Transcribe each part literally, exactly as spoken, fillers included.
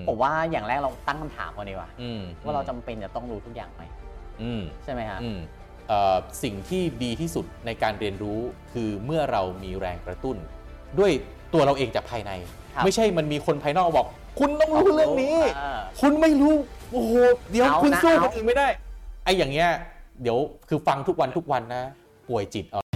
ผมว่าอย่างแรกเราตั้งคำถามก่อนดีกว่าว่าเราจำเป็นจะต้องรู้ทุกอย่างไหมใช่ไหมฮะสิ่งที่ดีที่สุดในการเรียนรู้คือเมื่อเรามีแรงกระตุ้นด้วยตัวเราเองจากภายในไม่ใช่มันมีคนภายนอกบอกคุณต้องรู้เรื่องนี้คุณไม่รู้โอ้โหเดี๋ยวคุณสู้คนอื่นไม่ได้ไอ้อย่างเงี้ยเดี๋ยวคือฟังทุกวันทุกวันนะป่วยจิตเอา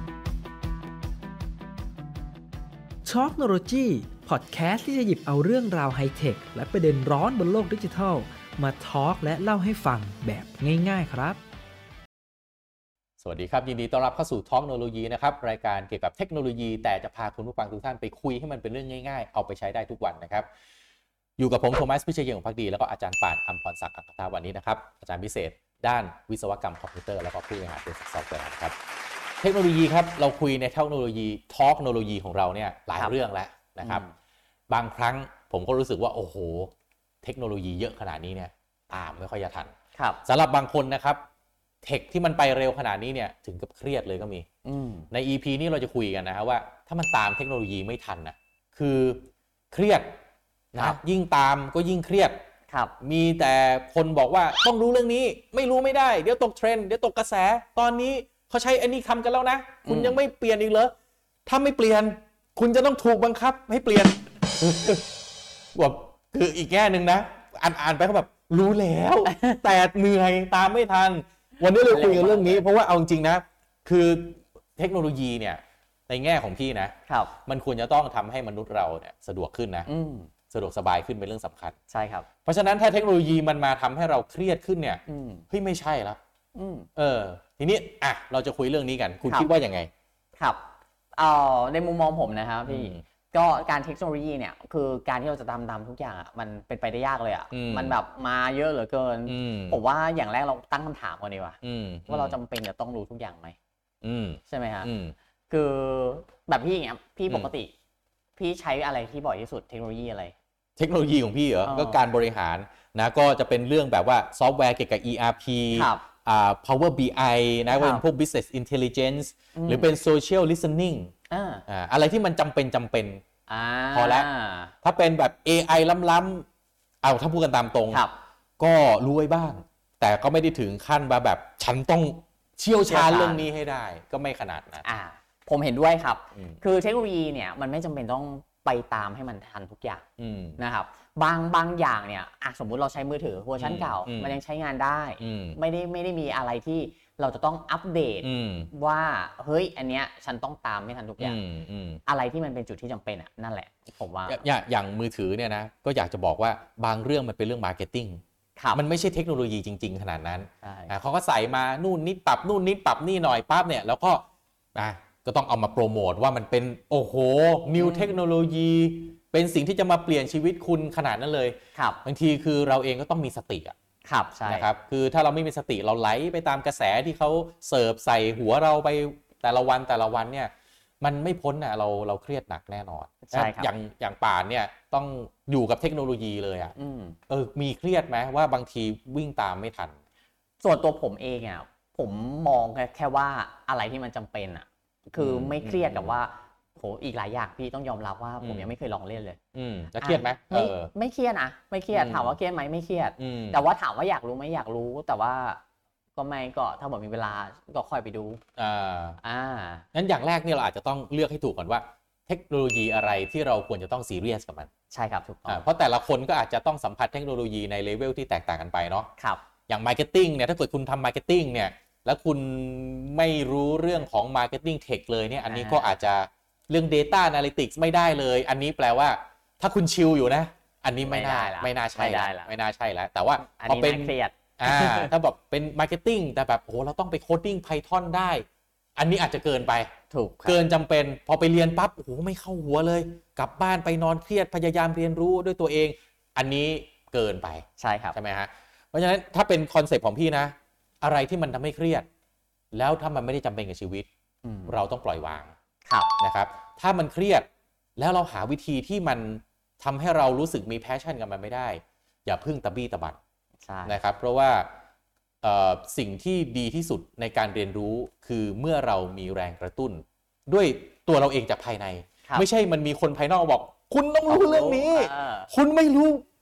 ช็อกโนโลยีพอดแคสต์ที่จะหยิบเอาเรื่องราวไฮเทคและประเด็นร้อนบนโลกดิจิทัลมาทอล์กและเล่าให้ฟังแบบง่ายๆครับสวัสดีครับยินดีต้อนรับเข้าสู่ท็อกโนโลยีนะครับรายการเกี่ยวกับเทคโนโลยีแต่จะพาคุณผู้ฟังทุกท่านไปคุยให้มันเป็นเรื่องง่ายๆเอาไปใช้ได้ทุกวันนะครับอยู่กับผมโทมัสพิเชษฐ์เกียรติพักดีแล้วก็อาจารย์ปานอัมพรศักดิ์อัครธาวันนี้นะครับอาจารย์พิเศษด้านวิศวกรรมคอมพิวเตอร์แล้วก็ผู้บริหารบริษัทซอฟต์แวร์นะครับเทคโนโลยีครับเราคุยในเทคโนโลยีท็อกโนโลยีของเราเนี่ยหลายเรื่องแล้วนะครับบางครั้งผมก็รู้สึกว่าโอ้โหเทคโนโลยีเยอะขนาดนี้เนี่ยตามไม่ค่อยจะทันสำหรับบางคนนะครับเทคที่มันไปเร็วขนาดนี้เนี่ยถึงกับเครียดเลยก็มีใน อี พี นี้เราจะคุยกันนะครับว่าถ้ามันตามเทคโนโลยีไม่ทันนะคือเครียดนะยิ่งตามก็ยิ่งเครียดมีแต่คนบอกว่าต้องรู้เรื่องนี้ไม่รู้ไม่ได้เดี๋ยวตกเทรนด์เดี๋ยวตกกระแสตอนนี้เขาใช้อันนี้ทำกันแล้วนะคุณยังไม่เปลี่ยนอีกเหรอถ้าไม่เปลี่ยนคุณจะต้องถูกบังคับให้เปลี่ยนแบบคืออีกแง่หนึ่งนะอ่านๆไปเขาแบบรู้แล้วแต่เหนื่อยตามไม่ทันวันนี้เราคุยกันเรื่องนี้เพราะว่าเอาจริงนะคือเทคโนโลยีเนี่ยในแง่ของพี่นะมันควรจะต้องทำให้มนุษย์เราเนี่ยสะดวกขึ้นนะสะดวกสบายขึ้นเป็นเรื่องสำคัญใช่ครับเพราะฉะนั้นถ้าเทคโนโลยีมันมาทำให้เราเครียดขึ้นเนี่ยเฮ้ยไม่ใช่แล้วเออทีนี้อ่ะเราจะคุยเรื่องนี้กันคุณคิดว่ายังไงครับเอ่อในมุมมองผมนะครับพี่ก็การเทคโนโลยีเนี่ยคือการที่เราจะทำตามทุกอย่างอ่ะมันเป็นไปได้ยากเลยอ่ะมันแบบมาเยอะเหลือเกินผมว่าอย่างแรกเราตั้งคำถามก่อนดีกว่าว่าเราจำเป็นจะต้องรู้ทุกอย่างไหมใช่ไหมฮะคือแบบพี่อย่างเงี้ยพี่ปกติพี่ใช้อะไรที่บ่อยที่สุดเทคโนโลยีอะไรเทคโนโลยีของพี่เหรอก็การบริหารนะก็จะเป็นเรื่องแบบว่าซอฟต์แวร์เกี่ยวกับ อี อาร์ พี อ่า Power บี ไอ นะเป็นพวก Business Intelligence หรือเป็น Social Listening อ่าอะไรที่มันจำเป็นจำเป็นพอแล้วถ้าเป็นแบบ เอ ไอ ล้ำๆเอาถ้าพูดกันตามตรงก็รู้ไว้บ้างแต่ก็ไม่ได้ถึงขั้นมาแบบฉันต้องเชี่ยวชาญเรื่องนี้ให้ได้ก็ไม่ขนาดนั้นผมเห็นด้วยครับคือเทคโนโลยีเนี่ยมันไม่จำเป็นต้องไปตามให้มันทันทุกอย่างนะครับบางบางอย่างเนี่ยสมมุติเราใช้มือถือเวอร์ชันเก่ามันยังใช้งานได้ไม่ได้ไม่ได้มีอะไรที่เราจะต้องอัปเดตว่าเฮ้ยอันเนี้ยฉันต้องตามไม่ทันทุกอย่างอะไรที่มันเป็นจุดที่จำเป็นอ่ะนั่นแหละผมว่าอย่างมือถือเนี่ยนะก็อยากจะบอกว่าบางเรื่องมันเป็นเรื่องมาร์เก็ตติ้งมันไม่ใช่เทคโนโลยีจริงๆขนาดนั้นเขาก็ใส่มานู่นนิดปรับนู่นนิดปรับนี่หน่อยปั๊บเนี่ยแล้วก็ก็ต้องเอามาโปรโมทว่ามันเป็นโอ้โหนิวเทคโนโลยีเป็นสิ่งที่จะมาเปลี่ยนชีวิตคุณขนาดนั้นเลยบางทีคือเราเองก็ต้องมีสติอ่ะนะครับคือถ้าเราไม่มีสติเราไหลไปตามกระแสที่เขาเสิร์ฟใส่หัวเราไปแต่ละวันแต่ละวันเนี่ยมันไม่พ้นนะเราเราเครียดหนักแน่นอนใช่ครับอย่างอย่างป่านเนี่ยต้องอยู่กับเทคโนโลยีเลยอ่ะเออมีเครียดไหมว่าบางทีวิ่งตามไม่ทันส่วนตัวผมเองอ่ะผมมองแค่ว่าอะไรที่มันจำเป็นอ่ะคือไม่เครียดกับว่าโหอีกหลายอย่างพี่ต้องยอมรับว่าผมยังไม่เคยลองเล่นเลยอืมจะเครียดไหมไม่ไม่เครียดนะไม่เครียดถามว่าเครียดไหมไม่เครียดแต่ว่าถามว่าอยากรู้ไหมอยากรู้แต่ว่าก็ไม่ก็ถ้าหมดมีเวลาก็ค่อยไปดูอ่าอ่างั้นอย่างแรกเนี่ยเราอาจจะต้องเลือกให้ถูกก่อนว่าเทคโนโลยีอะไรที่เราควรจะต้องซีเรียสกับมันใช่ครับถูกต้องเพราะแต่ละคนก็อาจจะต้องสัมผัสเทคโนโลยีในเลเวลที่แตกต่างกันไปเนาะครับอย่างมาร์เก็ตติ้งเนี่ยถ้าเกิดคุณทำมาร์เก็ตติ้งเนี่ยแล้วคุณไม่รู้เรื่องของ Marketing Tech เลยเนี่ยอันนี้ก็อาจจะเรื่อง Data Analytics ไม่ได้เลยอันนี้แปลว่าถ้าคุณชิลอยู่นะอันนี้ไม่น่าไม่น่าใช่แล้วไม่น่าใช่แล้วแต่ว่าพอเป็นเครียดอ่าถ้าแบบเป็น Marketing แต่แบบโอ้เราต้องไปโคดดิ้ง Python ได้อันนี้อาจจะเกินไปถูกเกินจำเป็นพอไปเรียนปั๊บโอ้โหไม่เข้าหัวเลยกลับบ้านไปนอนเครียดพยายามเรียนรู้ด้วยตัวเองอันนี้เกินไปใช่ครับใช่ไหมฮะเพราะฉะนั้นถ้าเป็นคอนเซ็ปต์ของพี่นะอะไรที่มันทำให้เครียดแล้วถ้ามันไม่ได้จำเป็นกับชีวิตเราต้องปล่อยวางนะครับถ้ามันเครียดแล้วเราหาวิธีที่มันทำให้เรารู้สึกมีแพชชั่นกับมันไม่ได้อย่าพึ่งตะบี้ตะบัดนะครับเพราะว่าสิ่งที่ดีที่สุดในการเรียนรู้คือเมื่อเรามีแรงกระตุ้นด้วยตัวเราเองจากภายในไม่ใช่มันมีคนภายนอกบอกคุณต้องรู้เรื่องนี้คุณไม่รู้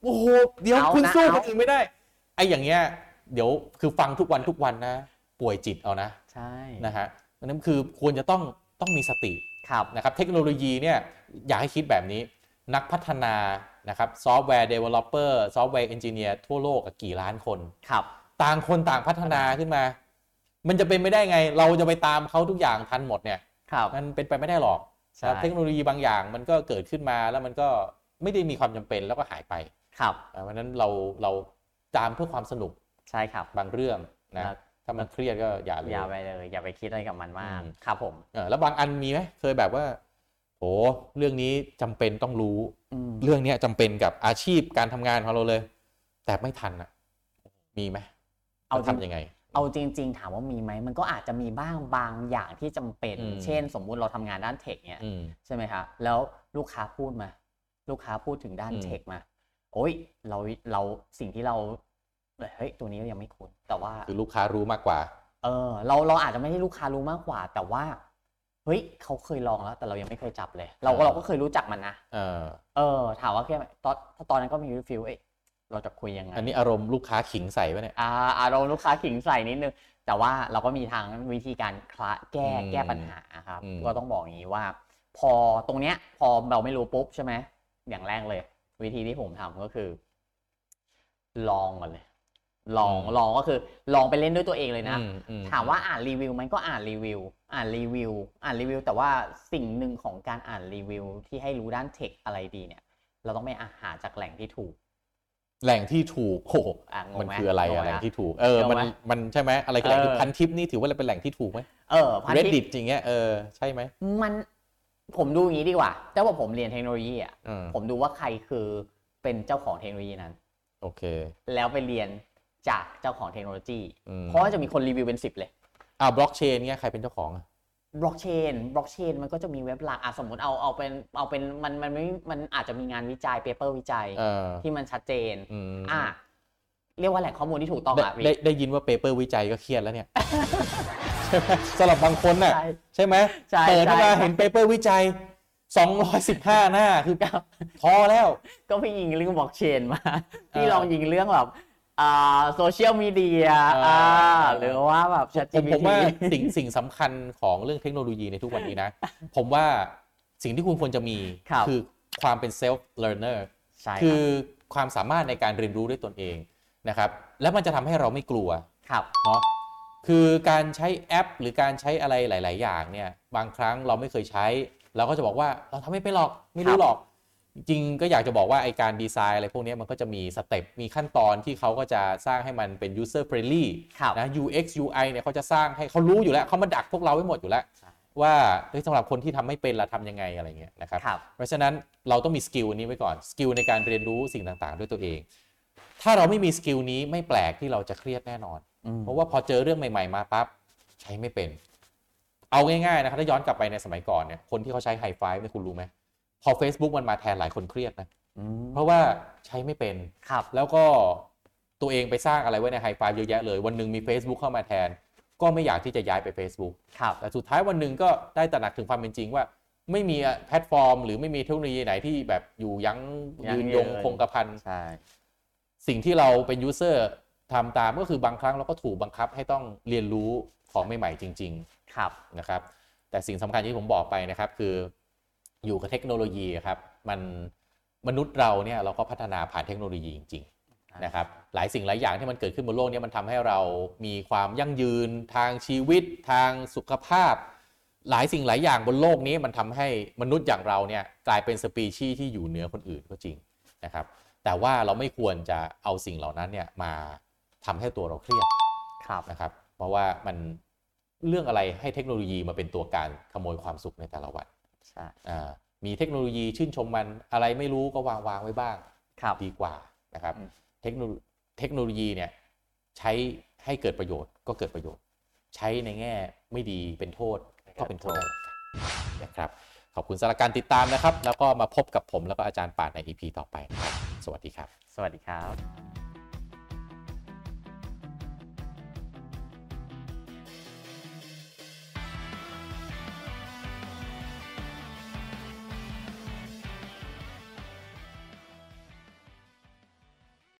โอ้โหเดี๋ยวคุณสู้คนอื่นไม่ได้ไอ้อย่างเงี้ยเดี๋ยวคือฟังทุกวันทุกวันนะป่วยจิตเอานะใช่นะฮะนั่นคือควรจะต้องต้องมีสตินะครับเทคโนโลยีเนี่ยอยากให้คิดแบบนี้นักพัฒนานะครับซอฟต์แวร์เดเวลลอปเปอร์ซอฟต์แวร์เอนจิเนียร์ทั่วโลกกี่ล้านคนครับต่างคนต่างพัฒนาขึ้นมามันจะเป็นไม่ได้ไงเราจะไปตามเขาทุกอย่างทันหมดเนี่ยมันเป็นไปไม่ได้หรอกเทคโนโลยีบางอย่างมันก็เกิดขึ้นมาแล้วมันก็ไม่ได้มีความจำเป็นแล้วก็หายไปครับเพราะนั้นเราเราตามเพื่อความสนุกใช่ครับบางเรื่องนะถ้ามันเครียดก็อย่าเลยอย่าไปเลยอย่าไปคิดอะไรกับมันมากครับผมแล้วบางอันมีไหมเคยแบบว่าโหเรื่องนี้จำเป็นต้องรู้เรื่องนี้จำเป็นกับอาชีพการทำงานของเราเลยแต่ไม่ทันอ่ะมีไหมเอาทำยังไงเอาจริงๆถามว่ามีไหมมันก็อาจจะมีบ้างบางอย่างที่จำเป็นเช่นสมมุติเราทำงานด้านเทคเนี่ยใช่ไหมครับแล้วลูกค้าพูดมาลูกค้าพูดถึงด้านเทคมาโอ้ยเราเราสิ่งที่เราเฮ้ยตัวนี้ยังไม่คุ้นแต่ว่าคือลูกค้ารู้มากกว่าเออเราเราอาจจะไม่ได้ลูกค้ารู้มากกว่าแต่ว่าเฮ้ยเขาเคยลองแล้วแต่เรายังไม่เคยจับเลยเราก็เราก็เคยรู้จักมันนะเออเออถามว่าแค่ตอนตอนนั้นก็มีฟิลเอ้ยเราจะคุยยังไงอันนี้อารมณ์ลูกค้าขิงใส่ป่ะเนี่ยอ่าอารมณ์ลูกค้าขิงใส่นิดนึงแต่ว่าเราก็มีทางวิธีการคละแก้แก้ปัญหาครับก็ต้องบอกอย่างนี้ว่าพอตรงเนี้ยพอเราไม่รู้ปุ๊บใช่ไหมอย่างแรกเลยวิธีที่ผมทำก็คือลองก่อนเลยลองลองก็คือลองไปเล่นด้วยตัวเองเลยนะถามว่าอ่านรีวิวมันก็อ่านรีวิวอ่านรีวิวอ่านรีวิวแต่ว่าสิ่งหนึ่งของการอ่านรีวิวที่ให้รู้ด้านเทคอะไรดีเนี่ยเราต้องไปหาจากแหล่งที่ถูกแหล่งที่ถูกโอ้มันคืออะไรอะแหล่งที่ถูกเออมันมันใช่ไหมอะไรคือแหล่งที่พันทิปนี่ถือว่าเป็นแหล่งที่ถูกไหมเออพันทิป Reddit จริงเงี้ยเออใช่ไหมมันผมดูอย่างนี้ดีกว่าแต่ว่าผมเรียนเทคโนโลยีอ่ะผมดูว่าใครคือเป็นเจ้าของเทคโนโลยีนั้นโอเคแล้วไปเรียนจากเจ้าของเทคโนโลยีเพราะว่าจะมีคนรีวิวเป็นสิบเลยอ่าบล็อกเชนเงี้ยใครเป็นเจ้าของอ่ะบล็อกเชนบล็อกเชนมันก็จะมีเว็บหลักอ่ะสมมติเอาเอาเป็นเอาเป็นมันมันไม่มันอาจจะมีงานวิจัยเปเปอร์วิจัยที่มันชัดเจนอ่ะเรียกว่าแหล่งข้อมูลที่ถูกต้องอ่ะได้ได้ยินว่าเปเปอร์วิจัยก็เครียดแล้วเนี่ยใช่ไหมสำหรับบางคนน่ะใช่ไหมเปิดขึ้นมาเห็นเปเปอร์วิจัยสองร้อยสิบห้าหน้าคือพอแล้วก็พี่ยิงเรื่องบล็อกเชนมาพี่ลองยิงเรื่องแบบอ่าโซเชียลมีเดียอ่าหรือว่าแบบ ChatGPT ผมว่าสิ่งสิ่งสำคัญของเรื่องเทคโนโลยีในทุกวันนี้นะผมว่าสิ่งที่คุณควรจะมีคือความเป็น self learner คือความสามารถในการเรียนรู้ด้วยตนเองนะครับแล้วมันจะทำให้เราไม่กลัวเนาะคือการใช้แอปหรือการใช้อะไรหลายๆอย่างเนี่ยบางครั้งเราไม่เคยใช้เราก็จะบอกว่าเราทำไม่เป็นหรอกไม่รู้หรอกจริงก็อยากจะบอกว่าไอการดีไซน์อะไรพวกนี้มันก็จะมีสเต็ปมีขั้นตอนที่เขาก็จะสร้างให้มันเป็น user friendly นะ ยู เอ็กซ์ ยู ไอ เนี่ยเขาจะสร้างให้เขารู้อยู่แล้วเขามาดักพวกเราไว้หมดอยู่แล้วว่าเฮ้ยสำหรับคนที่ทำไม่เป็นเราทำยังไงอะไรเงี้ยนะครับเพราะฉะนั้นเราต้องมีสกิลนี้ไว้ก่อนสกิลในการเรียนรู้สิ่งต่างๆด้วยตัวเองถ้าเราไม่มีสกิลนี้ไม่แปลกที่เราจะเครียดแน่นอนเพราะว่าพอเจอเรื่องใหม่ๆมาปั๊บใช้ไม่เป็นเอาง่ายๆนะครับถ้าย้อนกลับไปในสมัยก่อนเนี่ยคนที่เขาใช้ไฮไฟว์เนี่ยคุณรู้ไหมพอ Facebook มันมาแทนหลายคนเครียดนะเพราะว่าใช้ไม่เป็นแล้วก็ตัวเองไปสร้างอะไรไว้ในไฮไฟว์เยอะแยะเลยวันหนึ่งมี Facebook เข้ามาแทนก็ไม่อยากที่จะย้ายไป Facebook แต่สุดท้ายวันหนึ่งก็ได้ตระหนักถึงความเป็นจริงว่าไม่มีแพลตฟอร์มหรือไม่มีเทคโนโลยีไหนที่แบบอยู่ยั้งยืนยงคงกระพันสิ่งที่เราเป็นยูเซอร์ทำตามก็คือบางครั้งเราก็ถูกบังคับให้ต้องเรียนรู้ของใหม่ๆจริงๆนะครับแต่สิ่งสำคัญที่ผมบอกไปนะครับคืออยู่กับเทคโนโลยีครับมันมนุษย์เราเนี่ยเราก็พัฒนาผ่านเทคโนโลยีจริงๆนะครับหลายสิ่งหลายอย่างที่มันเกิดขึ้นบนโลกนี้มันทำให้เรามีความยั่งยืนทางชีวิตทางสุขภาพหลายสิ่งหลายอย่างบนโลกนี้มันทำให้มนุษย์อย่างเราเนี่ยกลายเป็นสปีชีส์ที่อยู่เหนือคนอื่นก็จริงนะครับแต่ว่าเราไม่ควรจะเอาสิ่งเหล่านั้นเนี่ยมาทำให้ตัวเราเครียดนะครับเพราะว่ามันเรื่องอะไรให้เทคโนโลยีมาเป็นตัวการขโมยความสุขในแต่ละวันมีเทคโนโลยีชื่นชมมันอะไรไม่รู้ก็วางวางไว้บ้างดีกว่านะครับเทคโนเทคโนโลยีเนี่ยใช้ให้เกิดประโยชน์ก็เกิดประโยชน์ใช้ในแง่ไม่ดีเป็นโทษก็เป็นโทษนะครับขอบคุณสำหรับการติดตามนะครับแล้วก็มาพบกับผมแล้วก็อาจารย์ป่านใน อี พี ต่อไปนะครับสวัสดีครับสวัสดีครับ